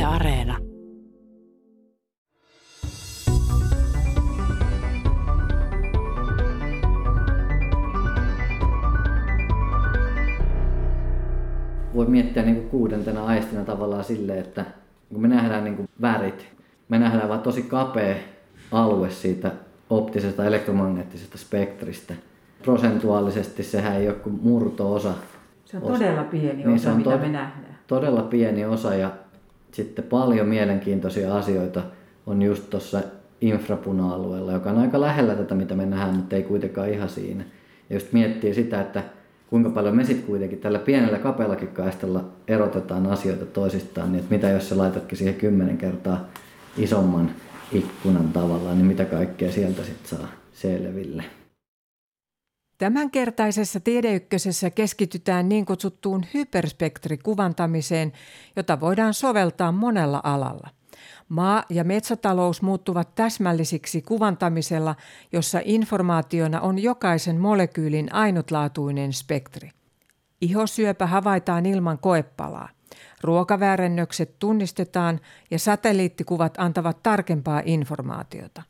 Areena. Voi miettiä niin kuin kuudentena aistina tavallaan silleen, että kun me nähdään niin kuin värit, me nähdään vaan tosi kapea alue siitä optisesta elektromagneettisesta spektristä. Prosentuaalisesti sehän ei ole kuin murto-osa. Se on todella pieni osa, mitä me nähdään. Todella pieni osa ja sitten paljon mielenkiintoisia asioita on just tuossa infrapuna-alueella, joka on aika lähellä tätä, mitä me nähdään, mutta ei kuitenkaan ihan siinä. Ja just miettii sitä, että kuinka paljon me sitten kuitenkin tällä pienellä kapeallakin kaistalla erotetaan asioita toisistaan, niin että mitä jos sä laitatkin siihen 10 kertaa isomman ikkunan tavallaan, niin mitä kaikkea sieltä sitten saa selville. Tämänkertaisessa Tiedeykkösessä keskitytään niin kutsuttuun hyperspektrikuvantamiseen, jota voidaan soveltaa monella alalla. Maa- ja metsätalous muuttuvat täsmällisiksi kuvantamisella, jossa informaationa on jokaisen molekyylin ainutlaatuinen spektri. Ihosyöpä havaitaan ilman koepalaa. Ruokaväärennökset tunnistetaan ja satelliittikuvat antavat tarkempaa informaatiota.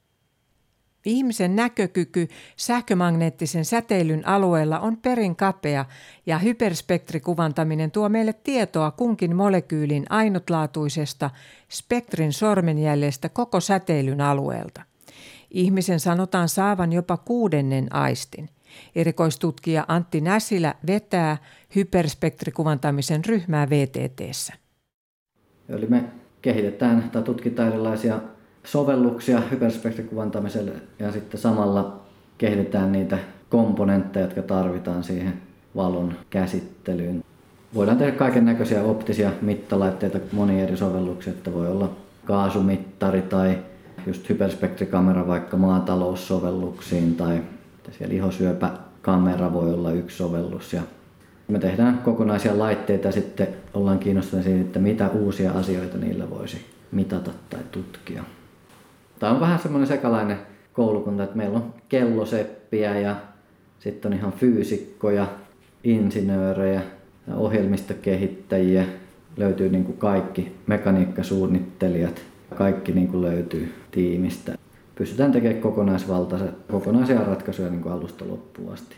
Ihmisen näkökyky sähkömagneettisen säteilyn alueella on perin kapea ja hyperspektrikuvantaminen tuo meille tietoa kunkin molekyylin ainutlaatuisesta spektrin sormenjäljestä koko säteilyn alueelta. Ihmisen sanotaan saavan jopa 6. aistin. Erikoistutkija Antti Näsilä vetää hyperspektrikuvantamisen ryhmää VTT:ssä. Eli me kehitetään tai tutkitaan erilaisia sovelluksia hyperspektrikuvantamiselle ja sitten samalla kehitetään niitä komponentteja, jotka tarvitaan siihen valon käsittelyyn. Voidaan tehdä kaiken näköisiä optisia mittalaitteita, monia eri sovelluksia, että voi olla kaasumittari tai just hyperspektrikamera vaikka maataloussovelluksiin tai siellä ihosyöpäkamera voi olla yksi sovellus. Ja me tehdään kokonaisia laitteita ja sitten ollaan kiinnostuneita siitä, että mitä uusia asioita niillä voisi mitata tai tutkia. Tämä on vähän semmoinen sekalainen koulukunta, että meillä on kelloseppiä ja sitten on ihan fyysikkoja, insinöörejä ja ohjelmistokehittäjiä. Löytyy niin kuin kaikki mekaniikkasuunnittelijat, kaikki niin kuin löytyy tiimistä. Pystytään tekemään kokonaisia ratkaisuja niin kuin alusta loppuun asti.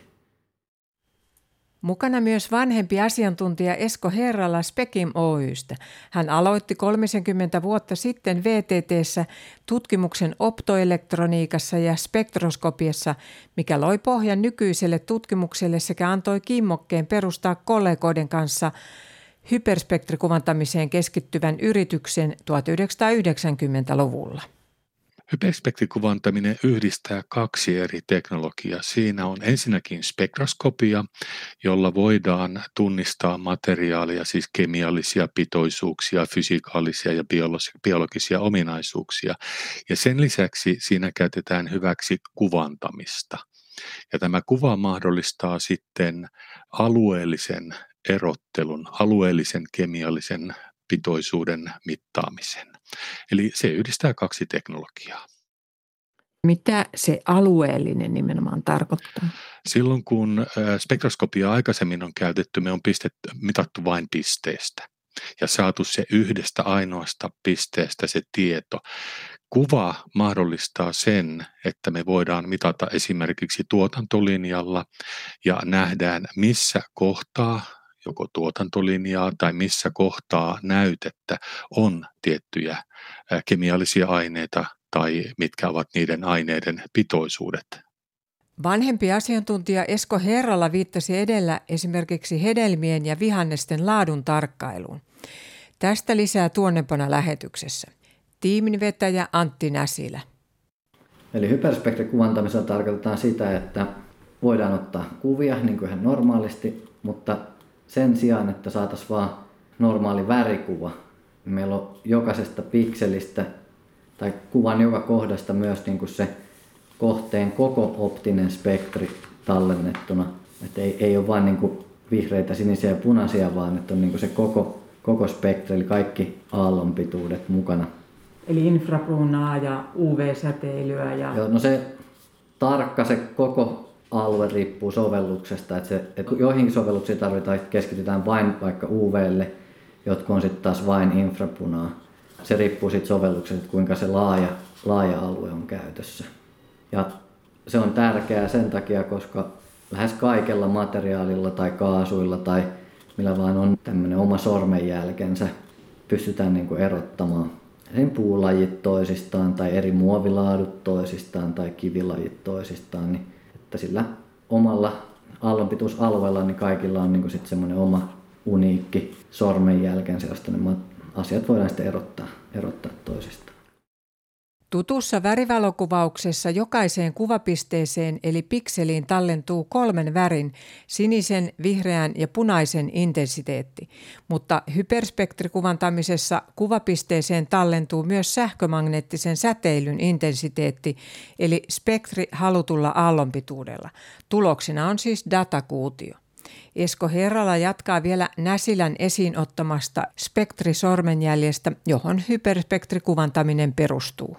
Mukana myös vanhempi asiantuntija Esko Herrala Spekim Oy:stä. Hän aloitti 30 vuotta sitten VTT:ssä tutkimuksen optoelektroniikassa ja spektroskopiassa, mikä loi pohjan nykyiselle tutkimukselle sekä antoi kimmokkeen perustaa kollegoiden kanssa hyperspektrikuvantamiseen keskittyvän yrityksen 1990-luvulla. Hyperspektrikuvantaminen yhdistää 2 eri teknologiaa. Siinä on ensinnäkin spektroskopia, jolla voidaan tunnistaa materiaalia, siis kemiallisia pitoisuuksia, fysikaalisia ja biologisia ominaisuuksia. Ja sen lisäksi siinä käytetään hyväksi kuvantamista. Ja tämä kuva mahdollistaa sitten alueellisen erottelun, alueellisen kemiallisen pitoisuuden mittaamisen. Eli se yhdistää 2 teknologiaa. Mitä se alueellinen nimenomaan tarkoittaa? Silloin kun spektroskopiaa aikaisemmin on käytetty, me on mitattu vain pisteestä ja saatu se yhdestä ainoasta pisteestä se tieto. Kuva mahdollistaa sen, että me voidaan mitata esimerkiksi tuotantolinjalla ja nähdään missä kohtaa joko tuotantolinjaa tai missä kohtaa näytettä on tiettyjä kemiallisia aineita tai mitkä ovat niiden aineiden pitoisuudet. Vanhempi asiantuntija Esko Herrala viittasi edellä esimerkiksi hedelmien ja vihannesten laadun tarkkailuun. Tästä lisää tuonnempana lähetyksessä. Tiimin vetäjä Antti Näsilä. Eli hyperspektrikuvantamisella tarkoitetaan sitä, että voidaan ottaa kuvia niin kuin ihan normaalisti, mutta sen sijaan, että saataisiin vaan normaali värikuva, niin meillä on jokaisesta pikselistä tai kuvan joka kohdasta myös niin kuin se kohteen koko optinen spektri tallennettuna. Että ei ole vain niin kuin vihreitä, sinisiä ja punaisia, vaan että on niin kuin se koko spektri, eli kaikki aallonpituudet mukana. Eli infrapunaa ja UV-säteilyä. Joo, no se koko alue riippuu sovelluksesta. Että joihinkin sovelluksiin tarvitaan, että keskitytään vain vaikka UV:lle jotka on sitten taas vain infrapunaa. Se riippuu siitä sovelluksesta, että kuinka se laaja alue on käytössä. Ja se on tärkeää sen takia, koska lähes kaikella materiaalilla tai kaasuilla tai millä vaan on tämmöinen oma sormenjälkensä, pystytään niin kuin erottamaan eri puulajit toisistaan tai eri muovilaadut toisistaan tai kivilajit toisistaan, niin että sillä omalla aallonpituusalueella niin kaikilla on niin kuin sit semmoinen oma uniikki sormenjälkensä, josta ne asiat voidaan sitten erottaa toisistaan. Tutussa värivalokuvauksessa jokaiseen kuvapisteeseen eli pikseliin tallentuu 3 värin, sinisen, vihreän ja punaisen intensiteetti, mutta hyperspektrikuvantamisessa kuvapisteeseen tallentuu myös sähkömagneettisen säteilyn intensiteetti eli spektri halutulla aallonpituudella. Tuloksena on siis datakuutio. Esko Herrala jatkaa vielä Näsilän esiin ottamasta spektrisormenjäljestä, johon hyperspektrikuvantaminen perustuu.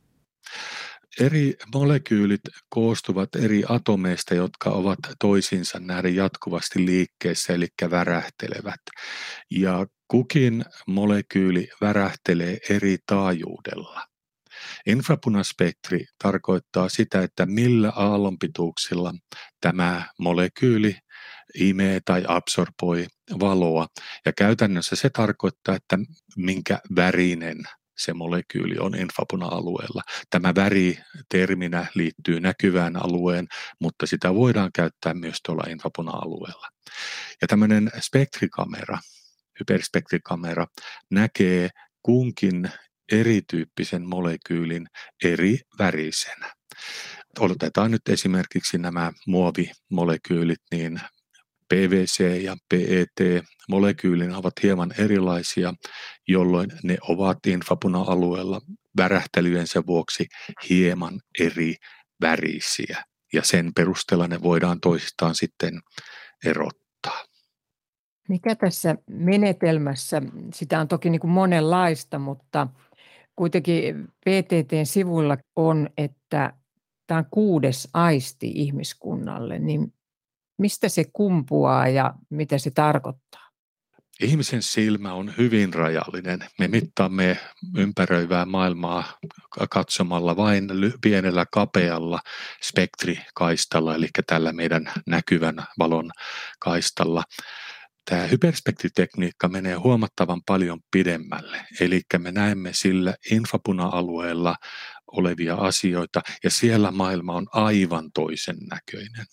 Eri molekyylit koostuvat eri atomeista, jotka ovat toisiinsa nähden jatkuvasti liikkeessä, eli värähtelevät. Ja kukin molekyyli värähtelee eri taajuudella. Infrapunaspektri tarkoittaa sitä, että millä aallonpituuksilla tämä molekyyli imee tai absorboi valoa. Ja käytännössä se tarkoittaa, että minkä värinen se molekyyli on infrapuna-alueella. Tämä väri-terminä liittyy näkyvään alueen, mutta sitä voidaan käyttää myös tuolla infrapuna-alueella. Ja tämmöinen spektrikamera, hyperspektrikamera, näkee kunkin erityyppisen molekyylin eri värisenä. Otetaan nyt esimerkiksi nämä muovimolekyylit, niin PVC ja PET-molekyylit ovat hieman erilaisia, jolloin ne ovat infrapuna-alueella värähtelyjensä vuoksi hieman eri värisiä. Ja sen perusteella ne voidaan toisistaan sitten erottaa. Mikä tässä menetelmässä, sitä on toki niin kuin monenlaista, mutta kuitenkin VTT:n sivuilla on, että tämä on 6. aisti ihmiskunnalle, niin mistä se kumpuaa ja mitä se tarkoittaa? Ihmisen silmä on hyvin rajallinen. Me mittaamme ympäröivää maailmaa katsomalla vain pienellä kapealla spektrikaistalla, eli tällä meidän näkyvän valon kaistalla. Tämä hyperspektritekniikka menee huomattavan paljon pidemmälle, eli me näemme sillä infrapuna-alueella olevia asioita, ja siellä maailma on aivan toisen näköinen.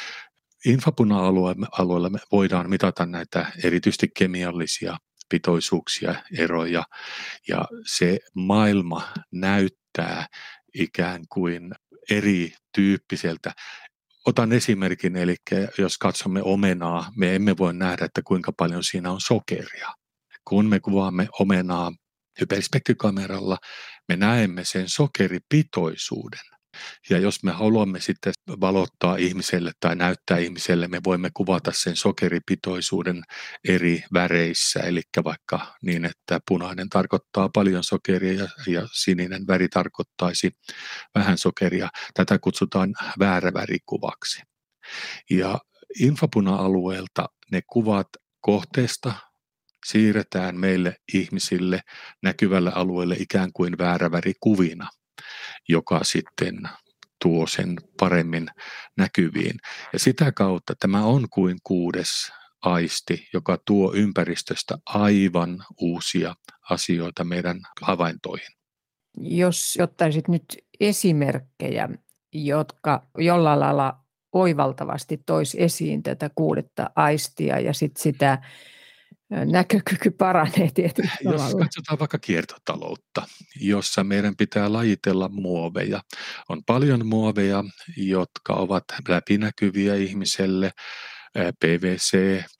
Infrapuna-alueella me voidaan mitata näitä erityisesti kemiallisia pitoisuuksia, eroja, ja se maailma näyttää ikään kuin erityyppiseltä. Otan esimerkin, eli jos katsomme omenaa, me emme voi nähdä, että kuinka paljon siinä on sokeria. Kun me kuvaamme omenaa hyperspektrikameralla, me näemme sen sokeripitoisuuden. Ja jos me haluamme sitten valottaa ihmiselle tai näyttää ihmiselle, me voimme kuvata sen sokeripitoisuuden eri väreissä, eli vaikka niin, että punainen tarkoittaa paljon sokeria ja sininen väri tarkoittaisi vähän sokeria. Tätä kutsutaan väärävärikuvaksi. Ja infrapuna-alueelta ne kuvat kohteesta siirretään meille ihmisille näkyvälle alueelle ikään kuin väärävärikuvina, joka sitten tuo sen paremmin näkyviin. Ja sitä kautta tämä on kuin 6. aisti, joka tuo ympäristöstä aivan uusia asioita meidän havaintoihin. Jos ottaisit nyt esimerkkejä, jotka jollain lailla oivaltavasti toisi esiin tätä 6. aistia ja sitten sitä näkökyky paranee tietysti Jos katsotaan vaikka kiertotaloutta, jossa meidän pitää lajitella muoveja. On paljon muoveja, jotka ovat läpinäkyviä ihmiselle, PVC,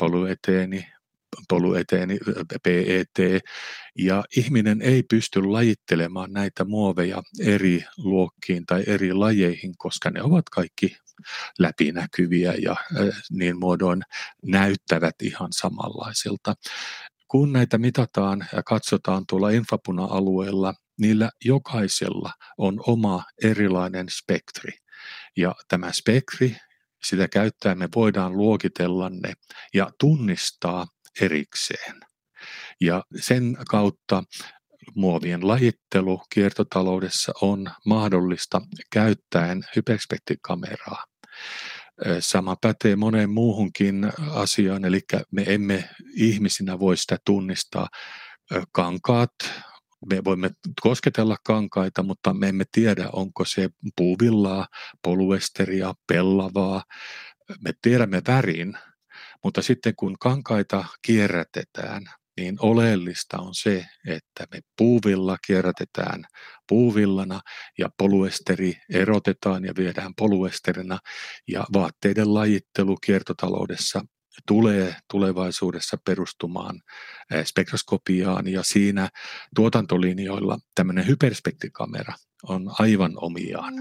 polyeteeni, PET, ja ihminen ei pysty lajittelemaan näitä muoveja eri luokkiin tai eri lajeihin, koska ne ovat kaikki läpinäkyviä ja niin muodoin näyttävät ihan samanlaisilta. Kun näitä mitataan ja katsotaan tuolla infrapuna-alueella, niillä jokaisella on oma erilainen spektri. Ja tämä spektri, sitä käyttäen me voidaan luokitella ne ja tunnistaa erikseen. Ja sen kautta muovien lajittelu kiertotaloudessa on mahdollista käyttäen hyperspektrikameraa. Sama pätee moneen muuhunkin asiaan, eli me emme ihmisinä voi sitä tunnistaa. Kankaat, me voimme kosketella kankaita, mutta me emme tiedä, onko se puuvillaa, polyesteriä, pellavaa. Me tiedämme värin, mutta sitten kun kankaita kierrätetään, niin oleellista on se, että me puuvilla kierrätetään puuvillana ja polyesteri erotetaan ja viedään polyesterina, ja vaatteiden lajittelu kiertotaloudessa tulee tulevaisuudessa perustumaan spektroskopiaan, ja siinä tuotantolinjoilla tämmöinen hyperspektrikamera on aivan omiaan.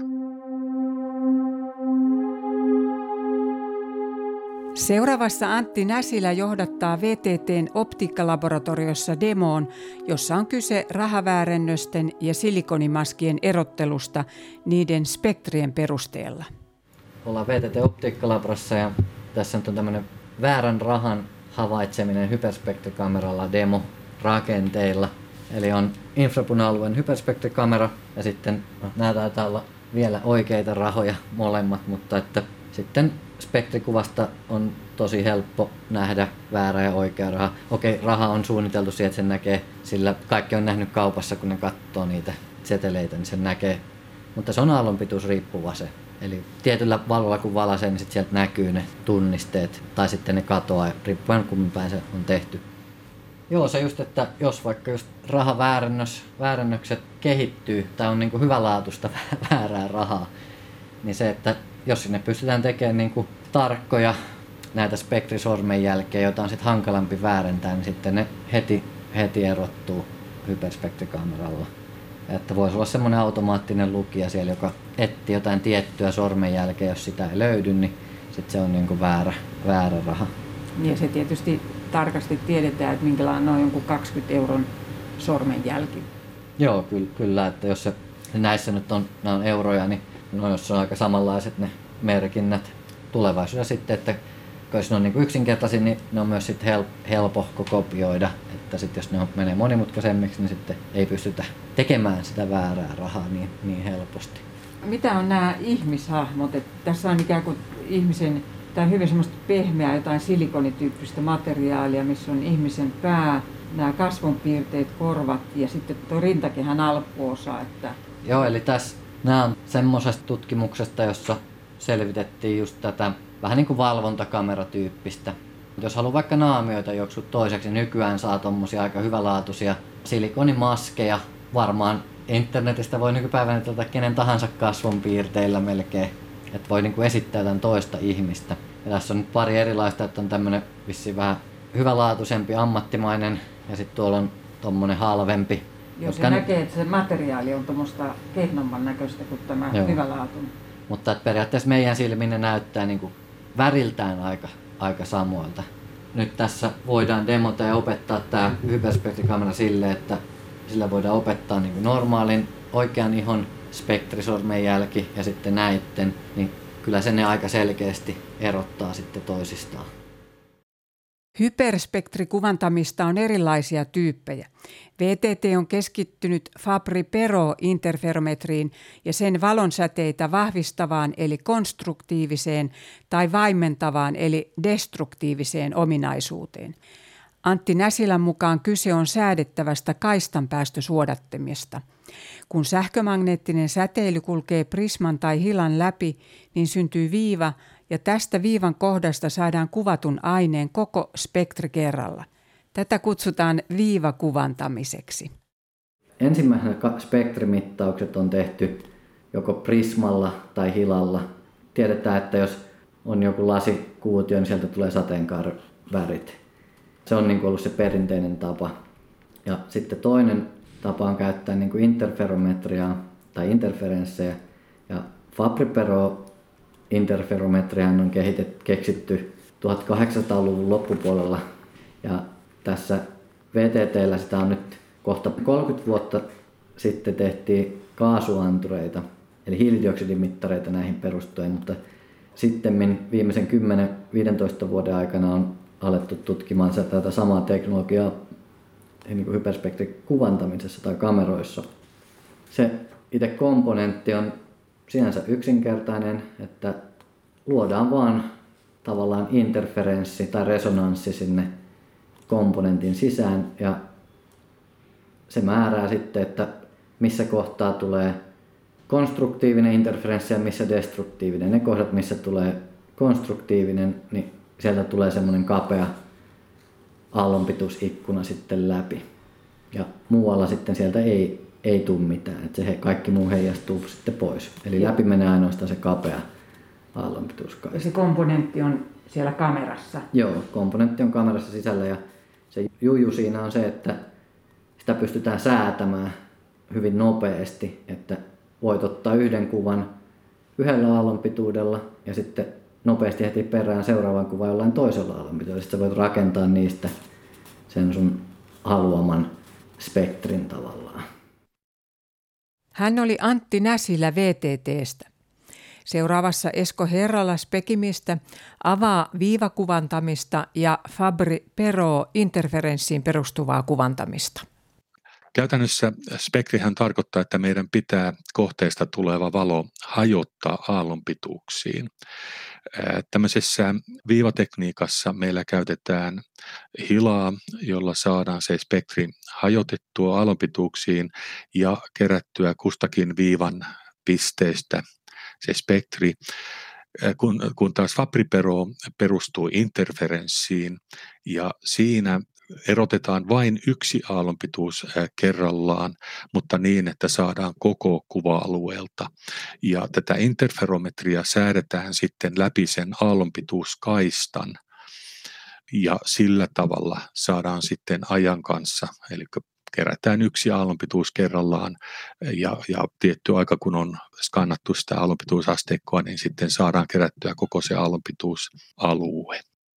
Seuraavassa Antti Näsilä johdattaa VTT:n optiikkalaboratoriossa demoon, jossa on kyse rahaväärennösten ja silikonimaskien erottelusta niiden spektrien perusteella. Ollaan VTT-optiikkalabrassa ja tässä on tämmöinen väärän rahan havaitseminen hyperspektrikameralla demo-rakenteilla. Eli on infrapuna-alueen hyperspektrikamera ja sitten nämä taitaa olla vielä oikeita rahoja molemmat, mutta että sitten spektrikuvasta on tosi helppo nähdä väärä ja oikea raha. Okei, raha on suunniteltu siihen, että sen näkee, sillä kaikki on nähnyt kaupassa, kun ne katsoo niitä seteleitä, niin sen näkee. Mutta se on aallonpituus riippuva se. Eli tietyllä valolla kun valaisee, niin sitten sieltä näkyy ne tunnisteet, tai sitten ne katoaa, riippuen kummin päin se on tehty. Joo, se just, että jos vaikka just rahaväärennökset kehittyy, tai on niin kuin hyvälaatuista väärää rahaa, niin se, että jos sinne pystytään tekemään niin kuin tarkkoja näitä spektrisormenjälkeä, joita on sitten hankalampi väärentää, niin sitten ne heti erottuu hyperspektrikameralla. Että voisi olla semmoinen automaattinen lukija siellä, joka etsii jotain tiettyä sormenjälkeä, jos sitä ei löydy, niin sitten se on niin kuin väärä raha. Ja se tietysti tarkasti tiedetään, että minkälainen on jonkun 20 euron sormenjälki. Joo, kyllä, että jos se näissä nyt on, nämä on euroja, niin jos on aika samanlaiset ne merkinnät tulevaisuudessa sitten, että jos ne on niin kuin yksinkertaisia, niin ne on myös sitten helpohko kopioida, että sitten jos ne menee monimutkaisemmiksi, niin sitten ei pystytä tekemään sitä väärää rahaa niin helposti. Mitä on nämä ihmishahmot? Että tässä on ikään kuin ihmisen, tämä on hyvin semmoista pehmeää, jotain silikonityyppistä materiaalia, missä on ihmisen pää, nämä kasvonpiirteet, korvat ja sitten tuo rintakehän alkuosa. Että... Joo, eli nämä on semmoisesta tutkimuksesta, jossa selvitettiin just tätä vähän niin kuin valvontakameratyyppistä. Jos haluaa vaikka naamioita joksut toiseksi, niin nykyään saa tommosia aika hyvälaatuisia silikonimaskeja. Varmaan internetistä voi nykypäivänä kenen tahansa kasvonpiirteillä melkein. Että voi niin kuin esittää jotain toista ihmistä. Ja tässä on nyt pari erilaista, että on tämmönen vissiin vähän hyvälaatuisempi, ammattimainen ja sitten tuolla on tommonen halvempi. Joo, se näkee, että se materiaali on tuommoista kehnomman näköistä kuin tämä hyvälaatuinen. Mutta periaatteessa meidän silmin ne näyttää niin kuin väriltään aika samoilta. Nyt tässä voidaan demota ja opettaa tämä hyperspektrikamera silleen, että sillä voidaan opettaa niin kuin normaalin oikean ihon spektrisormenjälki ja sitten näitten, niin kyllä se ne aika selkeästi erottaa sitten toisistaan. Hyperspektrikuvantamista on erilaisia tyyppejä. VTT on keskittynyt Fabry-Perot-interferometriin ja sen valonsäteitä vahvistavaan eli konstruktiiviseen tai vaimentavaan eli destruktiiviseen ominaisuuteen. Antti Näsilän mukaan kyse on säädettävästä kaistanpäästösuodattimesta. Kun sähkömagneettinen säteily kulkee prisman tai hilan läpi, niin syntyy viiva ja tästä viivan kohdasta saadaan kuvatun aineen koko spektri kerralla. Tätä kutsutaan viivakuvantamiseksi. Ensimmäisenä spektrimittaukset on tehty joko prismalla tai hilalla. Tiedetään, että jos on joku lasikuutio, niin sieltä tulee sateenkaarivärit. Se on niin kuin ollut se perinteinen tapa. Ja sitten toinen tapa on käyttää niin kuin interferometriaa tai interferenssejä. Ja Fabry-Perot interferometriaan on keksitty 1800-luvun loppupuolella. Ja tässä VTT:llä sitä on nyt kohta 30 vuotta sitten tehtiin kaasuantureita, eli hiilidioksidimittareita näihin perustuen, mutta sitten viimeisen 10-15 vuoden aikana on alettu tutkimaan tätä samaa teknologiaa niin kuin hyperspektrikuvantamisessa tai kameroissa. Se itse komponentti on sinänsä yksinkertainen, että luodaan vaan tavallaan interferenssi tai resonanssi sinne komponentin sisään ja se määrää sitten, että missä kohtaa tulee konstruktiivinen interferenssi ja missä destruktiivinen. Ne kohdat, missä tulee konstruktiivinen, niin sieltä tulee semmoinen kapea aallonpituusikkuna sitten läpi. Ja muualla sitten sieltä ei tule mitään, että se kaikki muu heijastuu sitten pois. Eli läpi menee ainoastaan se kapea aallonpituuskaista. Ja se komponentti on siellä kamerassa? Joo, komponentti on kamerassa sisällä ja se juju siinä on se, että sitä pystytään säätämään hyvin nopeasti, että voit ottaa yhden kuvan yhdellä aallonpituudella ja sitten nopeasti heti perään seuraavan kuvan jollain toisella aallonpituudella. Sitten sä voit rakentaa niistä sen sun haluaman spektrin tavallaan. Hän oli Antti Näsilä VTT:stä. Seuraavassa Esko Herrala Spekimistä avaa viivakuvantamista ja Fabry-Perot interferenssiin perustuvaa kuvantamista. Käytännössä spektrihän tarkoittaa, että meidän pitää kohteesta tuleva valo hajottaa aallonpituuksiin. Tämmöisessä viivatekniikassa meillä käytetään hilaa, jolla saadaan se spektri hajotettua aallonpituuksiin ja kerättyä kustakin viivan pisteestä se spektri, kun taas Fabry-Perot perustuu interferenssiin ja siinä erotetaan vain yksi aallonpituus kerrallaan, mutta niin, että saadaan koko kuva-alueelta. Ja tätä interferometria säädetään sitten läpi sen aallonpituuskaistan ja sillä tavalla saadaan sitten ajan kanssa, eli kerätään yksi aallonpituus kerrallaan ja tietty aika, kun on skannattu sitä aallonpituusasteikkoa, niin sitten saadaan kerättyä koko se aallonpituusalue.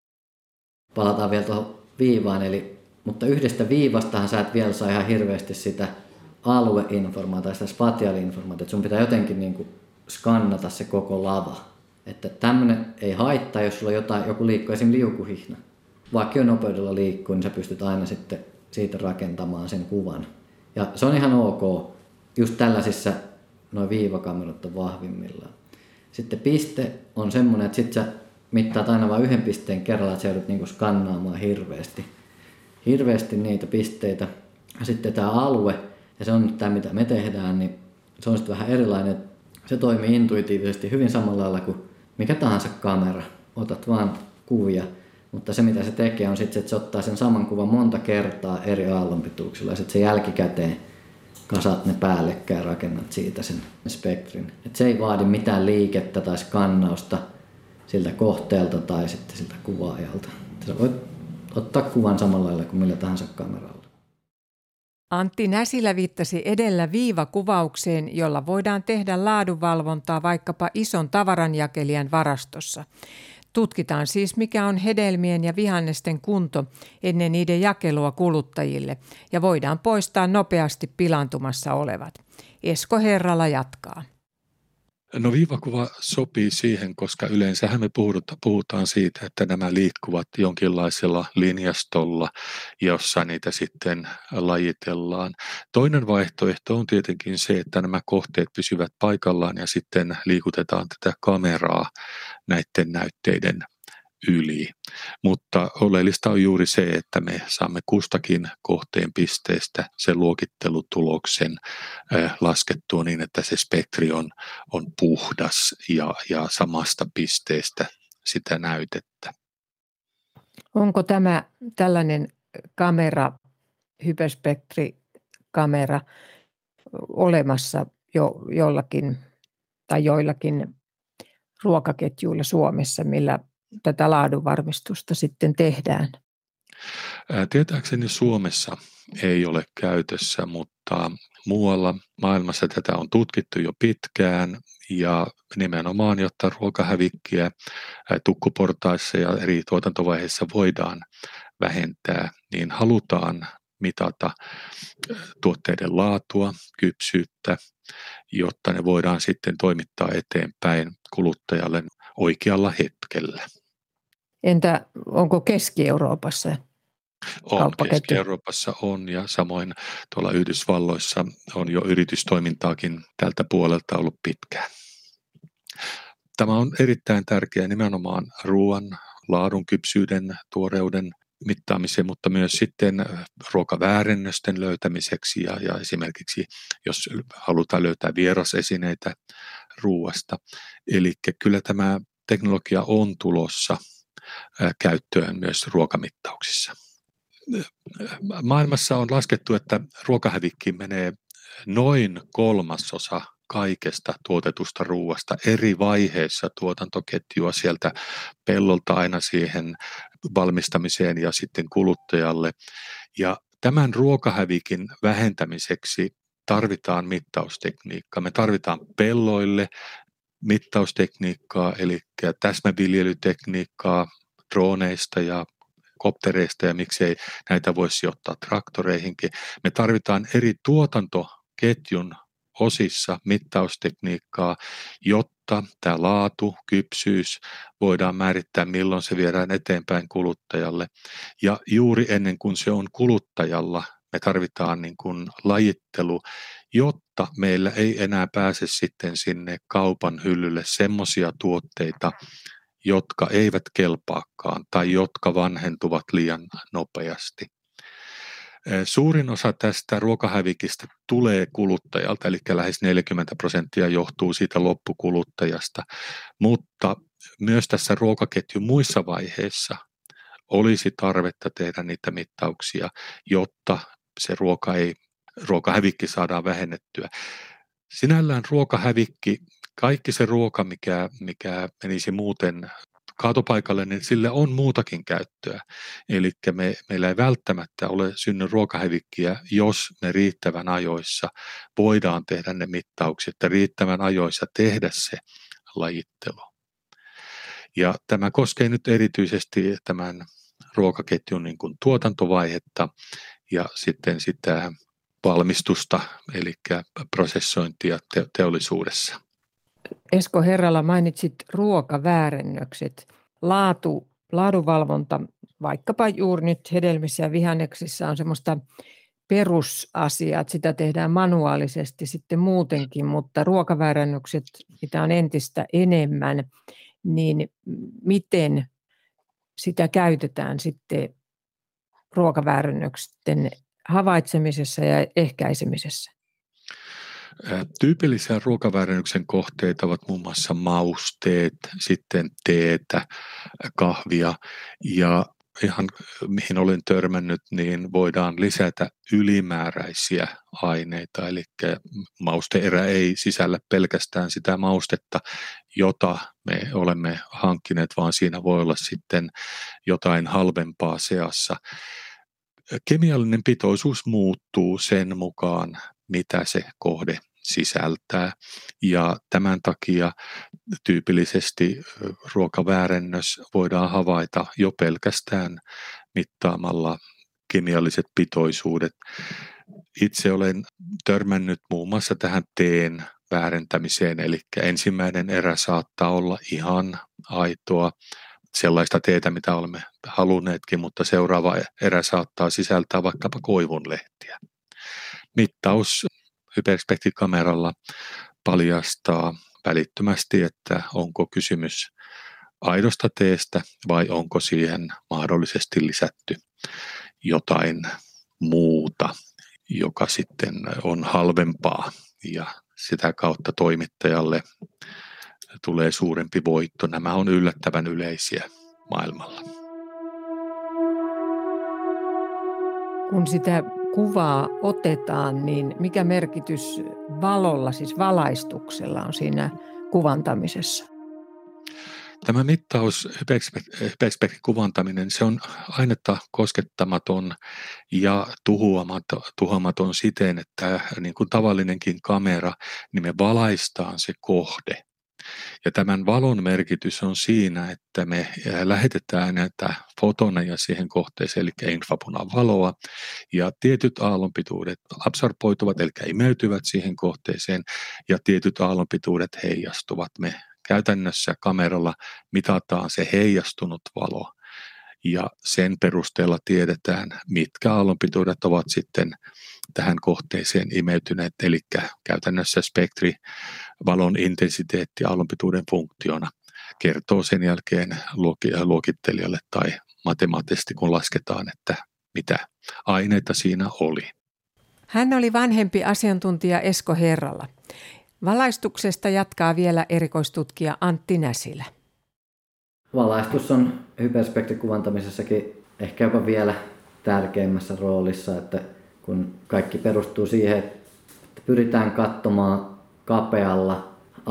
Palataan vielä tuohon viivaan, mutta yhdestä viivastahan sä et vielä saa ihan hirveästi sitä alueinformaatiota, sitä spatiaali-informaatiota, että sun pitää jotenkin niin kuin skannata se koko lava. Että tämmöinen ei haittaa, jos sulla on joku liikkuu, esimerkiksi liukuhihna. Vaikka jo nopeudella liikkuu, niin sä pystyt aina sitten siitä rakentamaan sen kuvan. Ja se on ihan ok, just tällaisissa noin viivakamerot on vahvimmillaan. Sitten piste on semmoinen, että sit sä mittaat aina vain yhden pisteen kerralla, että sä joudut niinku skannaamaan hirveästi niitä pisteitä. Ja sitten tämä alue, ja se on nyt tämä mitä me tehdään, niin se on sitten vähän erilainen. Se toimii intuitiivisesti hyvin samalla lailla kuin mikä tahansa kamera. Otat vaan kuvia, mutta se mitä se tekee on sitten, että se ottaa sen saman kuvan monta kertaa eri aallonpituuksilla ja sitten se jälkikäteen kasat ne päällekkäin ja rakennat siitä sen spektrin. Et se ei vaadi mitään liikettä tai skannausta siltä kohteelta tai sitten siltä kuvaajalta. Sä voit ottaa kuvan samalla lailla kuin millä tahansa kameralla. Antti Näsilä viittasi edellä viivakuvaukseen, jolla voidaan tehdä laadunvalvontaa vaikkapa ison tavaranjakelijan varastossa. Tutkitaan siis, mikä on hedelmien ja vihannesten kunto ennen niiden jakelua kuluttajille ja voidaan poistaa nopeasti pilaantumassa olevat. Esko Herrala jatkaa. No viivakuva sopii siihen, koska yleensähän me puhutaan siitä, että nämä liikkuvat jonkinlaisella linjastolla, jossa niitä sitten lajitellaan. Toinen vaihtoehto on tietenkin se, että nämä kohteet pysyvät paikallaan ja sitten liikutetaan tätä kameraa näiden näytteiden yli. Mutta oleellista on juuri se, että me saamme kustakin kohteen pisteestä sen luokittelutuloksen laskettua niin, että se spektri on puhdas ja samasta pisteestä sitä näytettä. Onko tämä tällainen kamera, hyperspektrikamera, olemassa jo jollakin tai joillakin ruokaketjuilla Suomessa, millä tätä laadunvarmistusta sitten tehdään? Tietääkseni Suomessa ei ole käytössä, mutta muualla maailmassa tätä on tutkittu jo pitkään ja nimenomaan, jotta ruokahävikkiä tukkuportaissa ja eri tuotantovaiheissa voidaan vähentää, niin halutaan mitata tuotteiden laatua, kypsyyttä, jotta ne voidaan sitten toimittaa eteenpäin kuluttajalle oikealla hetkellä. Entä onko Keski-Euroopassa On, Keski-Euroopassa on ja samoin tuolla Yhdysvalloissa on jo yritystoimintaakin tältä puolelta ollut pitkään. Tämä on erittäin tärkeää nimenomaan ruoan laadun, kypsyyden, tuoreuden mittaamiseen, mutta myös sitten ruokaväärennösten löytämiseksi ja esimerkiksi jos halutaan löytää vierasesineitä ruoasta. Eli kyllä tämä teknologia on tulossa käyttöön myös ruokamittauksissa. Maailmassa on laskettu, että ruokahävikki menee noin 1/3 kaikesta tuotetusta ruoasta eri vaiheissa tuotantoketjua sieltä pellolta aina siihen valmistamiseen ja sitten kuluttajalle. Ja tämän ruokahävikin vähentämiseksi tarvitaan mittaustekniikkaa. Me tarvitaan pelloille mittaustekniikkaa, eli täsmäviljelytekniikkaa droneista ja koptereista ja miksei näitä voisi ottaa traktoreihinkin. Me tarvitaan eri tuotantoketjun osissa mittaustekniikkaa, jotta tämä laatu, kypsyys voidaan määrittää, milloin se viedään eteenpäin kuluttajalle. Ja juuri ennen kuin se on kuluttajalla, me tarvitaan niin kuin lajittelu, jotta meillä ei enää pääse sitten sinne kaupan hyllylle semmoisia tuotteita, jotka eivät kelpaakaan tai jotka vanhentuvat liian nopeasti. Suurin osa tästä ruokahävikistä tulee kuluttajalta, eli lähes 40% johtuu siitä loppukuluttajasta, mutta myös tässä ruokaketjun muissa vaiheissa olisi tarvetta tehdä niitä mittauksia, jotta se ruokahävikki saadaan vähennettyä. Sinällään ruokahävikki, kaikki se ruoka, mikä menisi muuten kaatopaikalle, niin sille on muutakin käyttöä. Eli meillä ei välttämättä ole synny ruokahävikkiä, jos me riittävän ajoissa voidaan tehdä ne mittaukset ja riittävän ajoissa tehdä se lajittelu. Ja tämä koskee nyt erityisesti tämän ruokaketjun niin kuin tuotantovaihetta ja sitten sitä valmistusta, eli prosessointia teollisuudessa. Esko Herrala, mainitsit ruokaväärennökset. Laadunvalvonta, vaikkapa juuri nyt hedelmissä ja vihanneksissa on semmoista perusasiaa, että sitä tehdään manuaalisesti sitten muutenkin, mutta ruokaväärennökset, mitä on entistä enemmän, niin miten sitä käytetään sitten ruokaväärennösten havaitsemisessa ja ehkäisemisessä? Tyypillisiä ruokaväärennyksen kohteita ovat muun muassa mausteet, sitten teetä, kahvia ja ihan mihin olen törmännyt, niin voidaan lisätä ylimääräisiä aineita, eli mausteerä ei sisällä pelkästään sitä maustetta, jota me olemme hankkineet, vaan siinä voi olla sitten jotain halvempaa seassa. Kemiallinen pitoisuus muuttuu sen mukaan, mitä se kohde sisältää. Ja tämän takia tyypillisesti ruokaväärennös voidaan havaita jo pelkästään mittaamalla kemialliset pitoisuudet. Itse olen törmännyt muun muassa tähän teen väärentämiseen, eli ensimmäinen erä saattaa olla ihan aitoa, sellaista teetä, mitä olemme halunneetkin, mutta seuraava erä saattaa sisältää vaikkapa koivunlehtiä. Mittaus hyperspektrikameralla paljastaa välittömästi, että onko kysymys aidosta teestä vai onko siihen mahdollisesti lisätty jotain muuta, joka sitten on halvempaa ja sitä kautta toimittajalle tulee suurempi voitto. Nämä on yllättävän yleisiä maailmalla. Kun sitä kuvaa otetaan, niin mikä merkitys valolla, siis valaistuksella on siinä kuvantamisessa? Tämä mittaus, hyperspektrikuvantaminen, se on ainetta koskettamaton ja tuhoamaton siten, että niin kuin tavallinenkin kamera, niin me valaistaan se kohde. Ja tämän valon merkitys on siinä, että me lähetetään näitä fotoneja siihen kohteeseen, eli infrapunan valoa, ja tietyt aallonpituudet absorboituvat, eli imeytyvät siihen kohteeseen, ja tietyt aallonpituudet heijastuvat. Me käytännössä kameralla mitataan se heijastunut valo, ja sen perusteella tiedetään, mitkä aallonpituudet ovat sitten tähän kohteeseen imeytyneet, eli käytännössä spektri valon intensiteetti aallonpituuden funktiona kertoo sen jälkeen luokittelijalle tai matemaattisesti, kun lasketaan, että mitä aineita siinä oli. Hän oli vanhempi asiantuntija Esko Herrala. Valaistuksesta jatkaa vielä erikoistutkija Antti Näsilä. Valaistus on hyperspektrikuvantamisessakin ehkä jopa vielä tärkeimmässä roolissa, että kun kaikki perustuu siihen, että pyritään katsomaan kapealla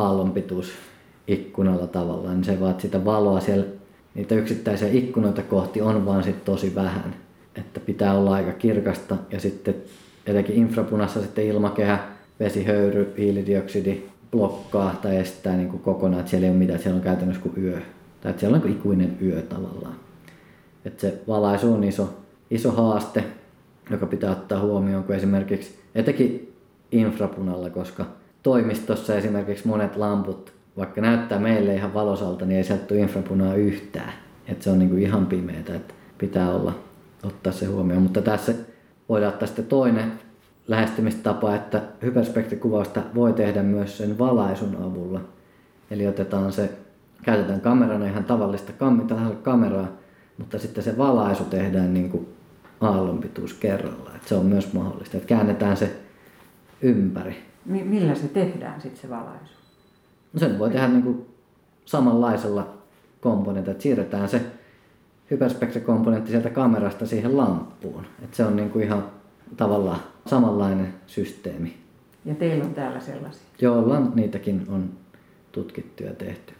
aallonpituusikkunalla tavallaan, niin se vaatii sitä valoa siellä, niitä yksittäisiä ikkunoita kohti on vaan sit tosi vähän. Että pitää olla aika kirkasta ja sitten etenkin infrapunassa sitten ilmakehä, vesihöyry, hiilidioksidi blokkaa tai estää niin kuin kokonaan, että siellä ei ole mitään, että siellä on käytännössä kuin yö. Tai että siellä on niin kuin ikuinen yö tavallaan. Että se valaisu on iso haaste, joka pitää ottaa huomioon, kun esimerkiksi etenkin infrapunalla, koska toimistossa esimerkiksi monet lamput, vaikka näyttää meille ihan valosalta, niin ei sieltä tule infrapunaa yhtään. Että se on niin kuin ihan pimeätä, että pitää ottaa se huomioon. Mutta tässä voidaan ottaa sitten toinen lähestymistapa, että hyperspektrikuvausta voi tehdä myös sen valaisun avulla. Eli käytetään kamerana ihan tavallista kameraa, mutta sitten se valaisu tehdään niin kuin aallonpituus kerralla. Että se on myös mahdollista, että käännetään se ympäri. Millä se tehdään sitten se valaisu? No sen voi tehdä niin kuin samanlaisella komponentilla, että siirretään se hyperspektrikomponentti sieltä kamerasta siihen lamppuun. Että se on niin kuin ihan tavallaan samanlainen systeemi. Ja teillä on täällä sellaisia? Joo, niitäkin on tutkittu ja tehty.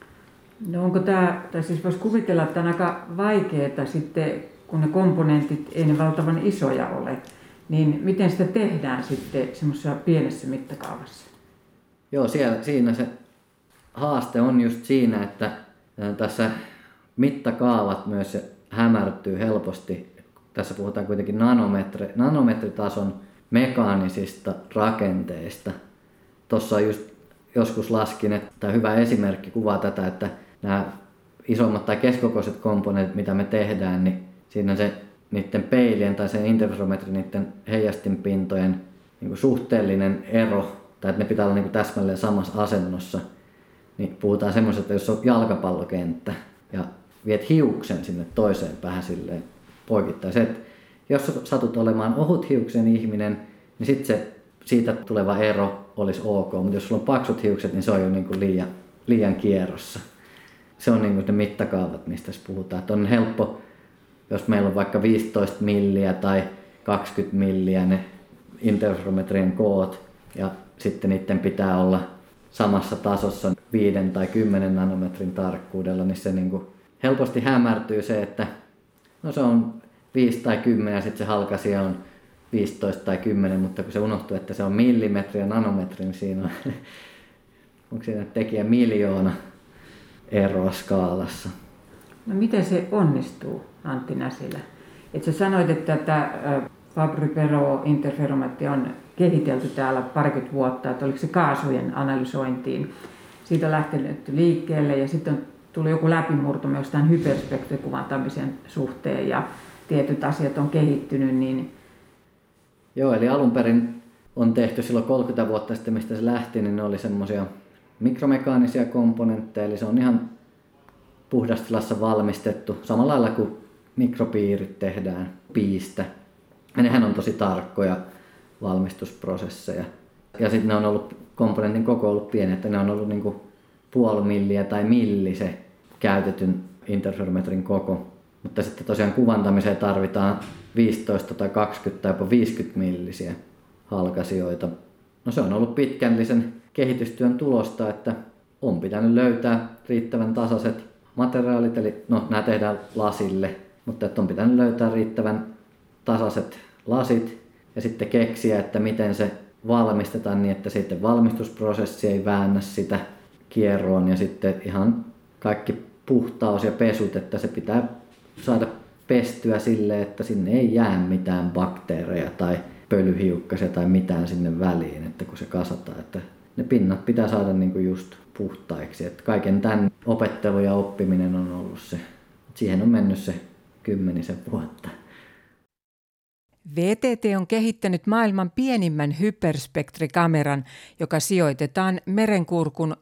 No onko tai siis voisi kuvitella, että on aika vaikeaa sitten, kun ne komponentit ei ne valtavan isoja ole, niin miten sitä tehdään sitten semmoisessa pienessä mittakaavassa? Joo, siinä se haaste on just siinä, että tässä mittakaavat myös hämärtyy helposti. Tässä puhutaan kuitenkin nanometritason mekaanisista rakenteista. Tuossa just joskus laskin, että hyvä esimerkki kuvaa tätä, että nämä isommat tai keskikokoiset komponentit, mitä me tehdään, niin siinä se niiden peilien tai sen interferometrin, niiden heijastinpintojen niin kuin suhteellinen ero, tai että ne pitää olla niin kuin täsmälleen samassa asennossa, niin puhutaan semmoisesta, että jos on jalkapallokenttä ja viet hiuksen sinne toiseen päähän silleen poikittain. Se, että jos satut olemaan ohuthiuksen ihminen, niin sitten siitä tuleva ero olisi ok, mutta jos sulla on paksut hiukset, niin se on jo niin kuin liian kierrossa. Se on niin kuin ne mittakaavat, mistä tässä puhutaan. Että on helppo, jos meillä on vaikka 15 milliä tai 20 milliä ne interferometrien koot, ja sitten niiden pitää olla samassa tasossa 5 tai 10 nanometrin tarkkuudella, niin se niin kuin helposti hämärtyy se, että no se on 5 tai 10 ja sitten se halkaisija on 15 tai 10, mutta kun se unohtuu, että se on millimetri ja nanometri, niin siinä onko siinä tekijä miljoona eroa skaalassa. No miten se onnistuu, Antti Näsilä? Et sä sanoit, että tämä Fabry-Perot-interferometri on kehitelty täällä parikymmentä vuotta, että oliko se kaasujen analysointiin. Siitä on lähtenyt liikkeelle ja sitten on tullut joku läpimurto myös tämän hyperspektrikuvantamisen suhteen ja tietyt asiat on kehittynyt. Niin... Joo, eli alun perin on tehty silloin 30 vuotta sitten, mistä se lähti, niin ne oli semmoisia mikromekaanisia komponentteja, eli se on ihan puhdastilassa valmistettu, samalla lailla kuin mikropiirit tehdään piistä. Ja nehän on tosi tarkkoja valmistusprosesseja. Ja sitten ne on ollut, komponentin koko ollut pieni, että ne on ollut niinku puoli milliä tai milli se käytetyn interferometrin koko. Mutta sitten tosiaan kuvantamiseen tarvitaan 15 tai 20 tai jopa 50 millisiä halkaisijoita. No se on ollut pitkällisen kehitystyön tulosta, että on pitänyt löytää riittävän tasaiset materiaalit, eli no nämä tehdään lasille, mutta että on pitänyt löytää riittävän tasaiset lasit ja sitten keksiä, että miten se valmistetaan niin, että sitten valmistusprosessi ei väännä sitä kierroon ja sitten ihan kaikki puhtaus ja pesut, että se pitää saada pestyä silleen, että sinne ei jää mitään bakteereja tai pölyhiukkasia tai mitään sinne väliin, että kun se kasataan, että ne pinnat pitää saada niinku just puhtaiksi. Että kaiken tämän opettelu ja oppiminen on ollut se, siihen on mennyt se kymmenisen vuotta. VTT on kehittänyt maailman pienimmän hyperspektrikameran, joka sijoitetaan Merenkurkun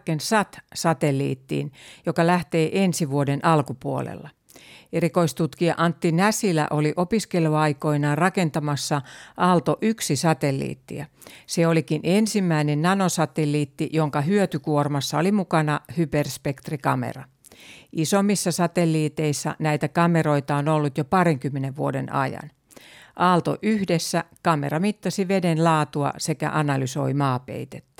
Kvarken-SAT-satelliittiin, joka lähtee ensi vuoden alkupuolella. Erikoistutkija Antti Näsilä oli opiskeluaikoinaan rakentamassa Aalto-1-satelliittia. Se olikin ensimmäinen nanosatelliitti, jonka hyötykuormassa oli mukana hyperspektrikamera. Isommissa satelliiteissa näitä kameroita on ollut jo 20 vuoden ajan. Aalto-1 kamera mittasi veden laatua sekä analysoi maapeitettä.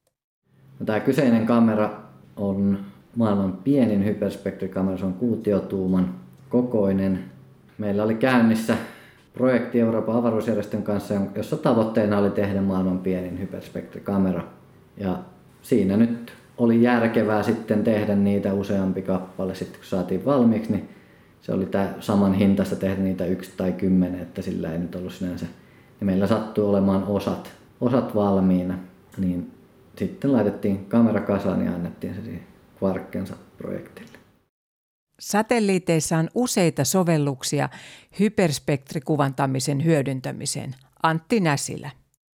Tämä kyseinen kamera on maailman pienin hyperspektrikamera, se on kuutiotuuman kokoinen. Meillä oli käynnissä projekti Euroopan avaruusjärjestön kanssa, jossa tavoitteena oli tehdä maailman pienin hyperspektrikamera. Ja siinä nyt oli järkevää sitten tehdä niitä useampi kappale. Sitten kun saatiin valmiiksi, niin se oli tämä saman hintaista tehdä niitä 1 tai 10, että sillä ei nyt ollut sinänsä. Ja meillä sattui olemaan osat valmiina, niin sitten laitettiin kamera kasaan ja annettiin se siihen Kvarkensa-projektille. Satelliiteissa on useita sovelluksia hyperspektrikuvantamisen hyödyntämiseen. Antti Näsilä.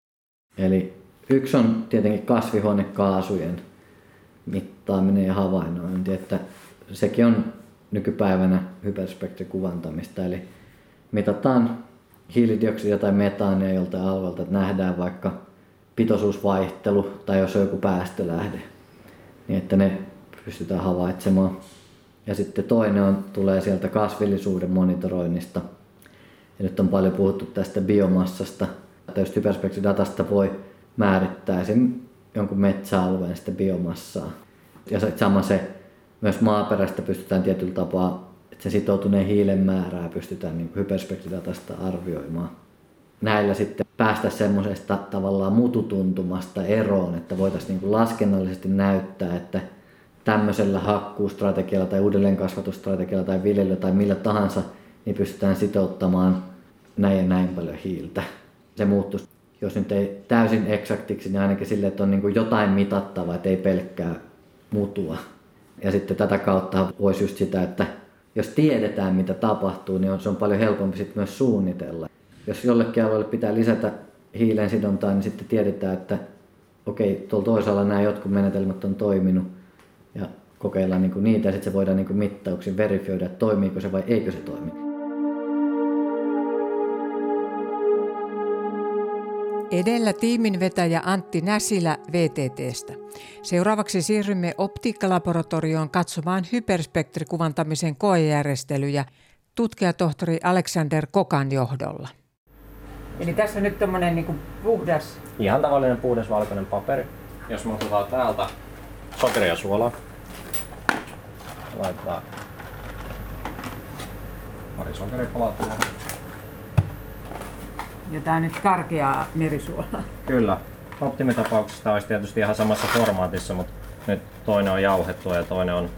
Eli yksi on tietenkin kasvihuonekaasujen mittaaminen ja havainnointi, että sekin on nykypäivänä hyperspektrikuvantamista. Eli mitataan hiilidioksidia tai metaania joltain alueelta, että nähdään vaikka pitoisuusvaihtelu tai jos on joku päästölähde, niin että ne pystytään havaitsemaan. Ja sitten toinen tulee sieltä kasvillisuuden monitoroinnista. Ja nyt on paljon puhuttu tästä biomassasta. Että jos hyperspektridatasta voi määrittää sen jonkun metsäalueen sitä biomassaa. Ja sama se myös maaperästä pystytään tietyllä tapaa, että se sitoutuneen hiilen määrää pystytään niin hyperspektridatasta arvioimaan. Näillä sitten päästä semmoisesta tavallaan mututuntumasta eroon, että voitaisiin niin laskennallisesti näyttää, että tämmöisellä hakkuustrategialla tai uudelleenkasvatusstrategialla tai viljelyllä tai millä tahansa, niin pystytään sitouttamaan näin ja näin paljon hiiltä. Se muuttuisi, jos nyt ei täysin eksaktiksi, niin ainakin sille, että on niin kuin jotain mitattavaa, että ei pelkkää mutua. Ja sitten tätä kautta voisi just sitä, että jos tiedetään mitä tapahtuu, niin se on paljon helpompi sitten myös suunnitella. Jos jollekin alueelle pitää lisätä hiilen sidontaa, niin sitten tiedetään, että okei, tuolla toisaalla nämä jotkut menetelmät on toiminut ja kokeillaan niin kuin niitä ja sitten se voidaan niin kuin mittauksin verifioida, että toimiiko se vai eikö se toimi. Edellä tiimin vetäjä Antti Näsilä VTT:stä. Seuraavaksi siirrymme optiikkalaboratorioon katsomaan hyperspektrikuvantamisen koejärjestelyjä tutkijatohtori Alexander Kokan johdolla. Eli tässä on nyt tämmöinen niin puhdas... Ihan tavallinen puhdas valkoinen paperi. Jos me otetaan täältä sokeria ja suolaa, laitetaan pari sokeripalaa tuohon. Ja tää on nyt karkeaa merisuolaa. Kyllä. Optimitapauksessa tämä olisi tietysti ihan samassa formaatissa, mutta nyt toinen on jauhettua ja toinen on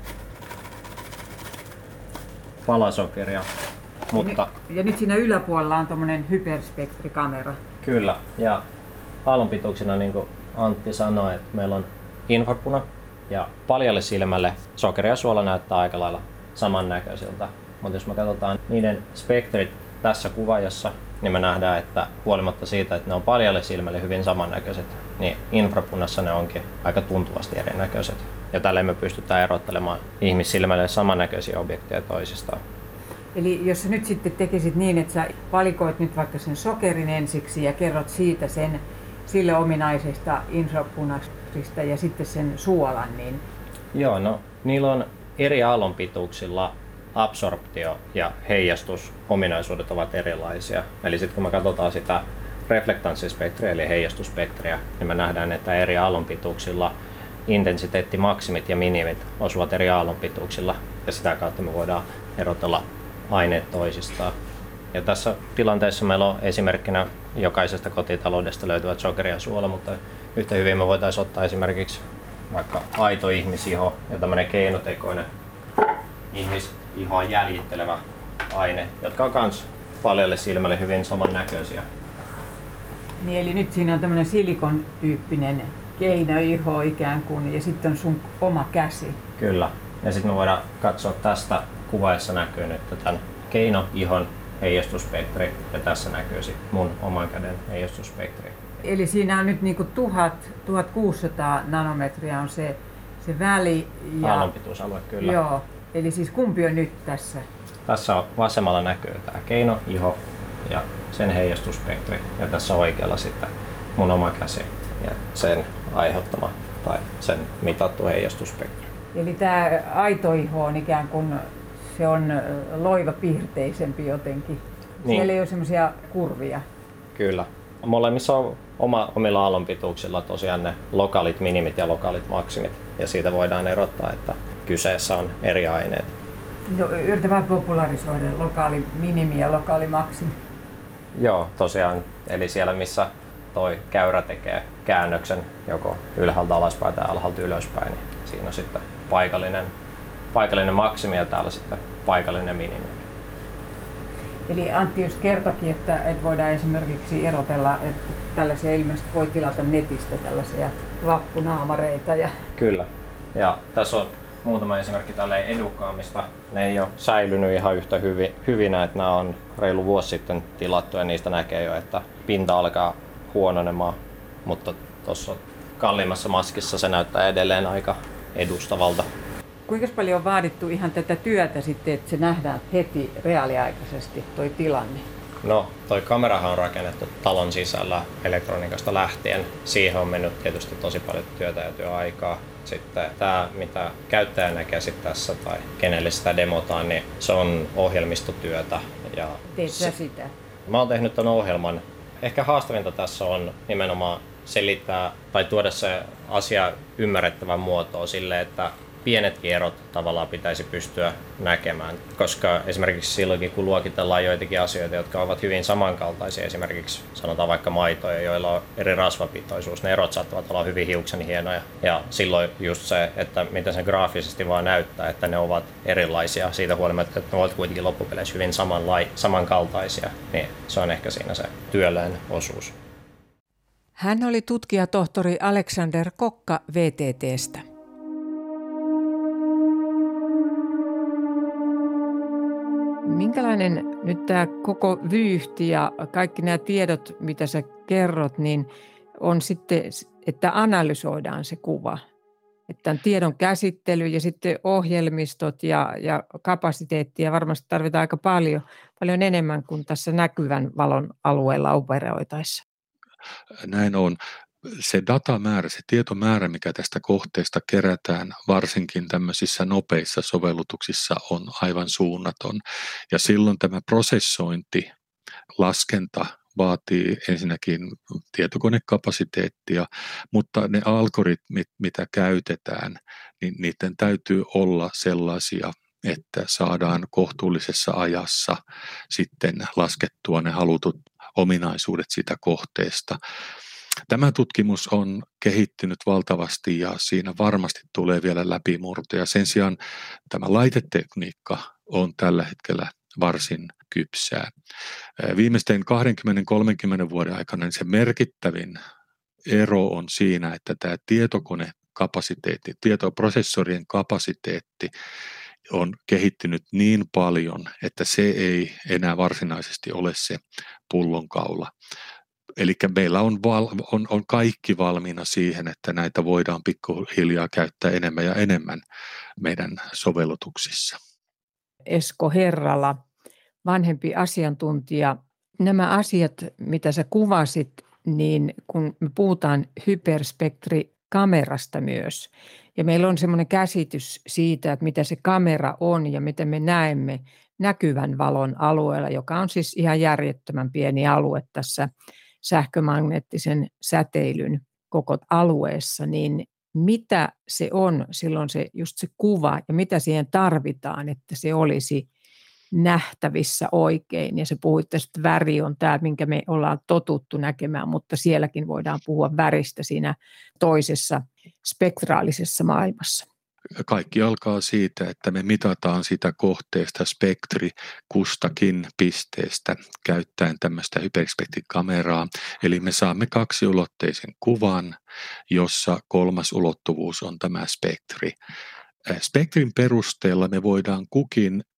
palasokeria. Mutta ja nyt siinä yläpuolella on tommonen hyperspektrikamera. Kyllä. Ja aallonpituuksina, niin kuin Antti sanoi, että meillä on infrapuna ja paljalle silmälle sokeri ja suola näyttää aika lailla samannäköisiltä. Mutta jos me katsotaan niiden spektrit tässä kuvaajassa, niin me nähdään, että huolimatta siitä, että ne on paljalle silmälle hyvin samannäköiset, niin infrapunassa ne onkin aika tuntuvasti erinäköiset. Ja tällä me pystytään erottelemaan ihmissilmälle samannäköisiä objekteja toisistaan. Eli jos sä nyt sitten tekisit niin, että sä valikoit nyt vaikka sen sokerin ensiksi ja kerrot siitä sen sille ominaisesta infrapunaisesta ja sitten sen suolan, niin... Joo, no niillä on eri aallonpituuksilla absorptio- ja heijastusominaisuudet ovat erilaisia. Eli sitten kun me katsotaan sitä reflektanssispektriä eli heijastusspektriä, niin me nähdään, että eri aallonpituuksilla intensiteettimaksimit ja minimit osuvat eri aallonpituuksilla ja sitä kautta me voidaan erotella aineet toisistaan. Ja tässä tilanteessa meillä on esimerkkinä jokaisesta kotitaloudesta löytyvät sokeri ja suola, mutta yhtä hyvin me voitaisiin ottaa esimerkiksi vaikka aito ihmisiho ja tämmöinen keinotekoinen ihmisihoa jäljittelevä aine, jotka on myös paljalle silmälle hyvin samannäköisiä. Niin, eli nyt siinä on tämmöinen silikon-tyyppinen keinoiho ikään kuin ja sitten on sun oma käsi. Kyllä. Ja sitten me voidaan katsoa tästä kuvaessa näkyy nyt tämän keinoihon heijastusspektri ja tässä näkyy sitten mun oman käden heijastusspektri. Eli siinä on nyt niinku 1600 nanometriä on se väli. Ja aallonpituusalue, kyllä. Joo, eli siis kumpi on nyt tässä? Tässä on vasemmalla näkyy tämä keinoiho ja sen heijastusspektri ja tässä oikealla sitten mun oma käsi ja sen aiheuttama tai sen mitattu heijastusspektri. Eli tämä aito iho on ikään kuin se on loivapiirteisempi jotenkin. Niin. Siellä ei ole semmoisia kurvia. Kyllä. Molemmissa on omilla aallonpituuksilla tosiaan ne lokaalit minimit ja lokaalit maksimit ja siitä voidaan erottaa, että kyseessä on eri aineet. No, yritä vähän popularisoida lokaali minimi ja lokaali maksimi. Joo, tosiaan. Eli siellä missä toi käyrä tekee käännöksen joko ylhäältä alaspäin tai alhaalta ylöspäin, niin siinä on sitten paikallinen maksimi ja täällä sitten paikallinen minimi. Eli Antti just kertokin, että voidaan esimerkiksi erotella, että tällaisia ilmeisesti voi tilata netistä tällaisia vappunaamareita. Kyllä. Ja tässä on muutama esimerkki tälleen edukkaamista. Ne ei ole säilynyt ihan yhtä hyvinä, että nämä on reilu vuosi sitten tilattu ja niistä näkee jo, että pinta alkaa huononemaan, mutta tuossa kalliimmassa maskissa se näyttää edelleen aika edustavalta. Kuinka paljon on vaadittu ihan tätä työtä sitten, että se nähdään heti reaaliaikaisesti toi tilanne? No, toi kamerahan on rakennettu talon sisällä elektroniikasta lähtien. Siihen on mennyt tietysti tosi paljon työtä ja työaikaa. Sitten tämä, mitä käyttäjä näkee sitten tässä tai kenelle sitä demotaan, niin se on ohjelmistotyötä. Teet sä sitä? Mä oon tehnyt ton ohjelman. Ehkä haastavinta tässä on nimenomaan selittää tai tuoda se asia ymmärrettävän muotoon sille, että pienetkin erot tavallaan pitäisi pystyä näkemään, koska esimerkiksi silloinkin kun luokitellaan joitakin asioita, jotka ovat hyvin samankaltaisia, esimerkiksi sanotaan vaikka maitoja, joilla on eri rasvapitoisuus, ne erot saattavat olla hyvin hiuksen hienoja ja silloin just se, että miten se graafisesti vaan näyttää, että ne ovat erilaisia siitä huolimatta, että ne ovat kuitenkin loppupeleissä hyvin samankaltaisia, niin se on ehkä siinä se työläin osuus. Hän oli tutkijatohtori Alexander Kokka VTT:stä. Minkälainen nyt tämä koko vyyhti ja kaikki nämä tiedot, mitä sä kerrot, niin on sitten, että analysoidaan se kuva. Että tämän tiedon käsittely ja sitten ohjelmistot ja kapasiteettia varmasti tarvitaan aika paljon enemmän kuin tässä näkyvän valon alueella operoitaessa. Näin on. Se datamäärä, se tietomäärä, mikä tästä kohteesta kerätään, varsinkin tämmöisissä nopeissa sovellutuksissa, on aivan suunnaton. Ja silloin tämä prosessointi, laskenta vaatii ensinnäkin tietokonekapasiteettia, mutta ne algoritmit, mitä käytetään, niin niiden täytyy olla sellaisia, että saadaan kohtuullisessa ajassa sitten laskettua ne halutut ominaisuudet sitä kohteesta. Tämä tutkimus on kehittynyt valtavasti ja siinä varmasti tulee vielä läpimurtoja. Sen sijaan tämä laitetekniikka on tällä hetkellä varsin kypsää. Viimeisten 20-30 vuoden aikana se merkittävin ero on siinä, että tämä tietokonekapasiteetti, tietoprosessorien kapasiteetti on kehittynyt niin paljon, että se ei enää varsinaisesti ole se pullonkaula. Eli meillä on kaikki valmiina siihen, että näitä voidaan pikkuhiljaa käyttää enemmän ja enemmän meidän sovellutuksissa. Esko Herrala, vanhempi asiantuntija. Nämä asiat, mitä sä kuvasit, niin kun me puhutaan hyperspektrikamerasta myös, ja meillä on semmoinen käsitys siitä, että mitä se kamera on ja miten me näemme näkyvän valon alueella, joka on siis ihan järjettömän pieni alue tässä sähkömagneettisen säteilyn koko alueessa, niin mitä se on silloin just se kuva ja mitä siihen tarvitaan, että se olisi nähtävissä oikein. Ja se puhuitte, että väri on tämä, minkä me ollaan totuttu näkemään, mutta sielläkin voidaan puhua väristä siinä toisessa spektraalisessa maailmassa. Kaikki alkaa siitä, että me mitataan sitä kohteesta spektri kustakin pisteestä käyttäen tämmöistä hyperspektrikameraa. Eli me saamme kaksiulotteisen kuvan, jossa kolmas ulottuvuus on tämä spektri. Spektrin perusteella me voidaan kukin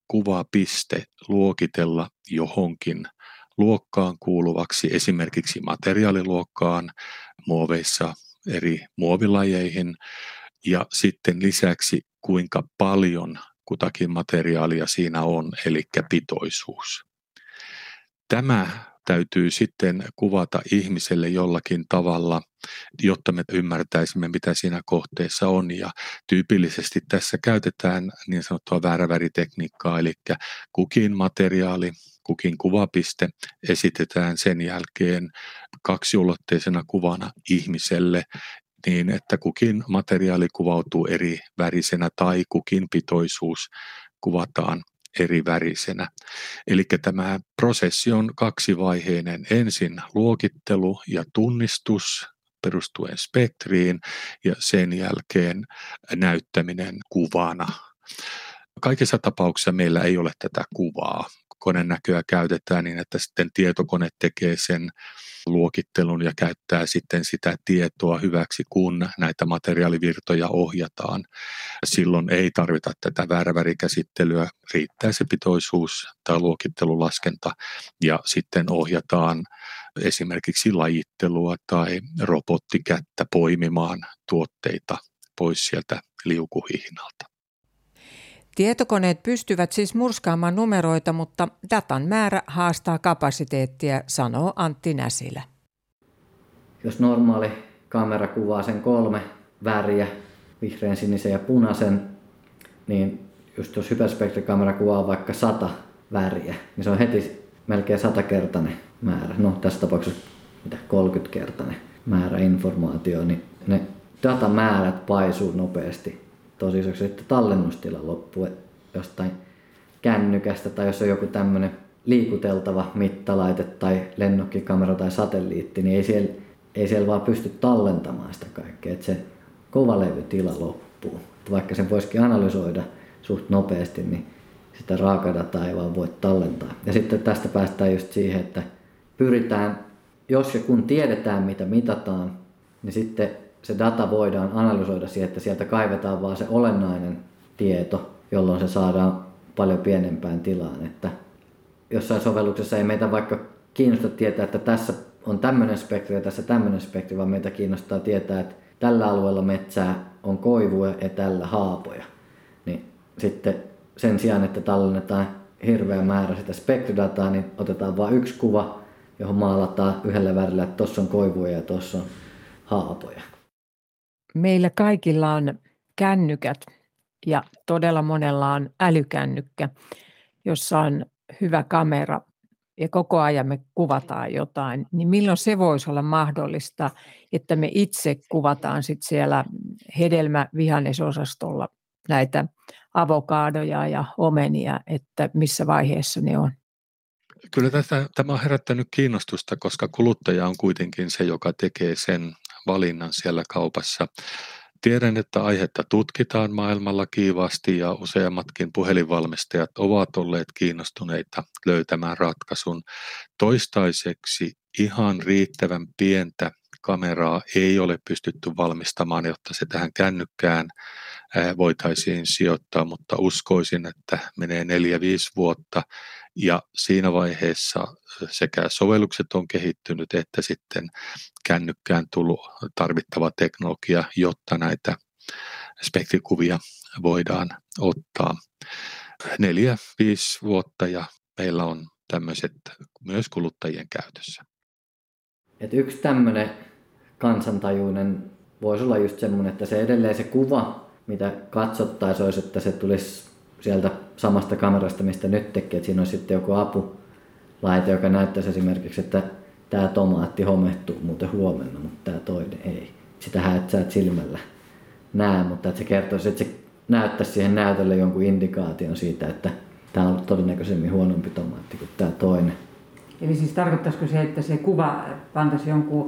kuvapiste luokitella johonkin luokkaan kuuluvaksi, esimerkiksi materiaaliluokkaan, muoveissa eri muovilajeihin, ja sitten lisäksi kuinka paljon kutakin materiaalia siinä on, eli pitoisuus. Tämä täytyy sitten kuvata ihmiselle jollakin tavalla, jotta me ymmärtäisimme, mitä siinä kohteessa on. Ja tyypillisesti tässä käytetään niin sanottua vääräväritekniikkaa, eli kukin materiaali, kukin kuvapiste esitetään sen jälkeen kaksiulotteisena kuvana ihmiselle, niin että kukin materiaali kuvautuu eri värisenä tai kukin pitoisuus kuvataan eri värisenä. Eli tämä prosessi on kaksivaiheinen. Ensin luokittelu ja tunnistus perustuen spektriin ja sen jälkeen näyttäminen kuvana. Kaikissa tapauksissa meillä ei ole tätä kuvaa. Konenäköä käytetään niin, että sitten tietokone tekee sen luokittelun ja käyttää sitten sitä tietoa hyväksi, kun näitä materiaalivirtoja ohjataan. Silloin ei tarvita tätä väärävärikäsittelyä, riittää se pitoisuus tai luokittelulaskenta ja sitten ohjataan esimerkiksi lajittelua tai robottikättä poimimaan tuotteita pois sieltä liukuhihnalta. Tietokoneet pystyvät siis murskaamaan numeroita, mutta datan määrä haastaa kapasiteettia, sanoo Antti Näsilä. Jos normaali kamera kuvaa sen 3 väriä, vihreän, sinisen ja punaisen, niin just jos hyperspektrikamera kuvaa vaikka 100 väriä, niin se on heti melkein 100-kertainen määrä. No tässä tapauksessa 30-kertainen määrä informaatiota, niin ne datamäärät paisuu nopeasti. Tosiaan sitten tallennustila loppuu jostain kännykästä tai jos on joku tämmöinen liikuteltava mittalaite tai lennokkikamera tai satelliitti, niin ei siellä vaan pysty tallentamaan sitä kaikkea, että se kovalevytila loppuu. Että vaikka sen voisikin analysoida suht nopeasti, niin sitä raakadataa ei vaan voi tallentaa. Ja sitten tästä päästään just siihen, että pyritään, jos ja kun tiedetään mitä mitataan, niin sitten se data voidaan analysoida siihen, että sieltä kaivetaan vaan se olennainen tieto, jolloin se saadaan paljon pienempään tilaan. Että jossain sovelluksessa ei meitä vaikka kiinnosta tietää, että tässä on tämmöinen spektri ja tässä tämmöinen spektri, vaan meitä kiinnostaa tietää, että tällä alueella metsää on koivuja ja tällä haapoja. Niin sitten sen sijaan, että tallennetaan hirveä määrä sitä spektridataa, niin otetaan vain yksi kuva, johon maalataan yhdellä värillä, että tuossa on koivuja ja tuossa on haapoja. Meillä kaikilla on kännykät ja todella monella on älykännykkä, jossa on hyvä kamera ja koko ajan me kuvataan jotain. Niin milloin se voisi olla mahdollista, että me itse kuvataan sit siellä hedelmävihannesosastolla näitä avokaadoja ja omenia, että missä vaiheessa ne on? Kyllä tämä on herättänyt kiinnostusta, koska kuluttaja on kuitenkin se, joka tekee sen valinnan siellä kaupassa. Tiedän, että aihetta tutkitaan maailmalla kiivaasti ja useammatkin puhelinvalmistajat ovat olleet kiinnostuneita löytämään ratkaisun. Toistaiseksi ihan riittävän pientä kameraa ei ole pystytty valmistamaan, jotta se tähän kännykkään voitaisiin sijoittaa, mutta uskoisin, että menee 4-5 vuotta ja siinä vaiheessa sekä sovellukset on kehittynyt että sitten kännykkään tullut tarvittava teknologia, jotta näitä spektrikuvia voidaan ottaa. 4-5 vuotta ja meillä on tämmöiset myös kuluttajien käytössä. Et yksi tämmöinen kansantajuinen voisi olla just semmoinen, että se edelleen se kuva, mitä katsottaisiin, olisi, että se tulisi sieltä samasta kamerasta, mistä nyt tekee, että siinä olisi sitten joku apulaite, joka näyttäisi esimerkiksi, että tämä tomaatti homehtuu muuten huomenna, mutta tämä toinen ei. Sitähän et sä et silmällä näe, mutta että se kertoisi, että se näyttäisi siihen näytölle jonkun indikaation siitä, että tämä on todennäköisemmin huonompi tomaatti kuin tämä toinen. Eli siis tarkoittaisiko se, että se kuva pantaisi jonkun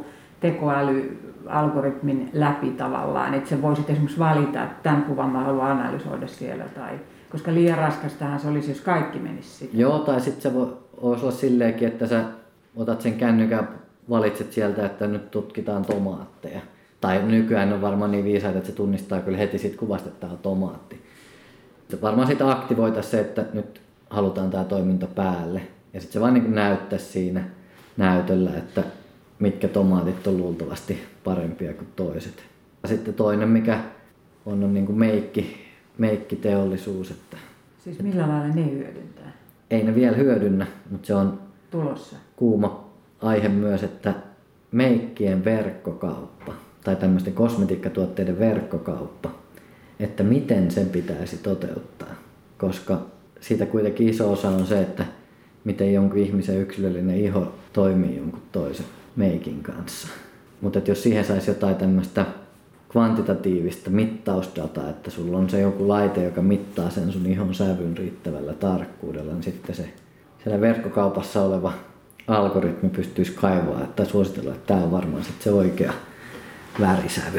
tekoälyalgoritmin läpi tavallaan, että se voisi esimerkiksi valita, että tämän kuvan mä haluan analysoida siellä, tai koska liian raskastahan se olisi, jos kaikki menisi sitten. Joo, tai sitten se voisi olla silleenkin, että sä otat sen kännykän, valitset sieltä, että nyt tutkitaan tomaatteja. Tai nykyään on varmaan niin viisaita, että se tunnistaa kyllä heti siitä kuvasta, että tämä on tomaatti. Varmaan sitä aktivoitaisiin se, että nyt halutaan tämä toiminta päälle. Ja sitten se vaan niin näyttää siinä näytöllä, että mitkä tomaatit on luultavasti parempia kuin toiset. Ja sitten toinen, mikä on niin kuin meikkiteollisuus. Että Siis millä lailla ne hyödyntää? ei ne vielä hyödynnä, mutta se on Tulossa. kuuma aihe myös, että meikkien verkkokauppa tai tämmöisten kosmetiikkatuotteiden verkkokauppa, että miten sen pitäisi toteuttaa, koska siitä kuitenkin iso osa on se, että miten jonkun ihmisen yksilöllinen iho toimii jonkun toisen meikin kanssa. Mutta jos siihen saisi jotain tämmöistä kvantitatiivista mittausdataa, että sulla on se joku laite, joka mittaa sen sun ihon sävyn riittävällä tarkkuudella, niin sitten se siellä verkkokaupassa oleva algoritmi pystyisi kaivaa, että suositella, että tämä on varmaan sitten se oikea värisävy.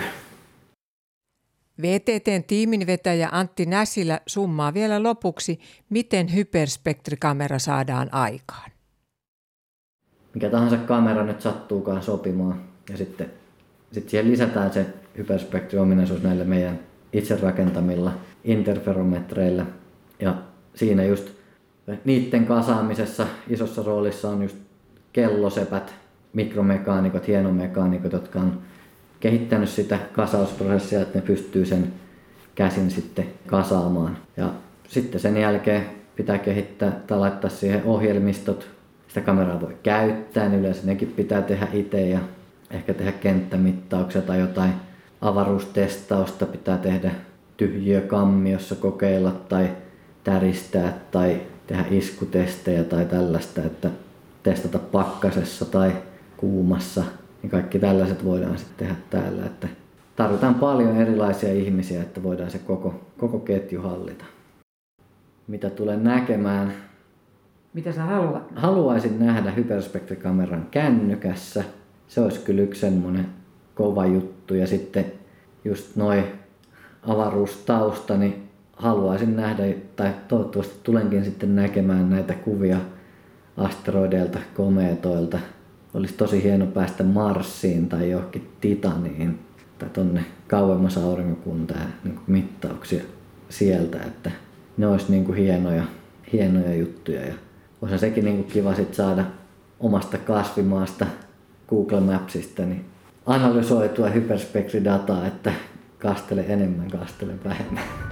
VTT:n tiiminvetäjä Antti Näsilä summaa vielä lopuksi, miten hyperspektrikamera saadaan aikaan. Mikä tahansa kamera nyt sattuukaan sopimaan ja sitten siihen lisätään se hyperspektriominaisuus näillä meidän itse rakentamilla interferometreillä ja siinä just niiden kasaamisessa isossa roolissa on just kellosepät, mikromekaanikot, hienomekaanikot, jotka on kehittänyt sitä kasausprosessia, että ne pystyy sen käsin sitten kasaamaan. Ja sitten sen jälkeen pitää kehittää tai laittaa siihen ohjelmistot. Sitä kameraa voi käyttää, niin yleensä nekin pitää tehdä itse ja ehkä tehdä kenttämittauksia tai jotain avaruustestausta pitää tehdä tyhjiökammiossa kokeilla tai täristää tai tehdä iskutestejä tai tällaista, että testata pakkasessa tai kuumassa. Niin kaikki tällaiset voidaan sitten tehdä täällä. Että tarvitaan paljon erilaisia ihmisiä, että voidaan se koko ketju hallita. Mitä tulen näkemään? Mitä sä haluat? Haluaisin nähdä hyperspektrikameran kännykässä. Se olisi kyllä yksi semmoinen kova juttu. Ja sitten just noi avaruustausta, niin haluaisin nähdä, tai toivottavasti tulenkin sitten näkemään näitä kuvia asteroideilta, komeetoilta. Olisi tosi hieno päästä Marsiin tai johonkin Titaniin tai tonne kauemmas aurinkokuntaan niin mittauksia sieltä, että ne olisi niin kuin hienoja juttuja. Ja olisi sekin niin kuin kiva sit saada omasta kasvimaasta Google Mapsista niin analysoitua hyperspektridataa, että kastele enemmän, kastele vähemmän.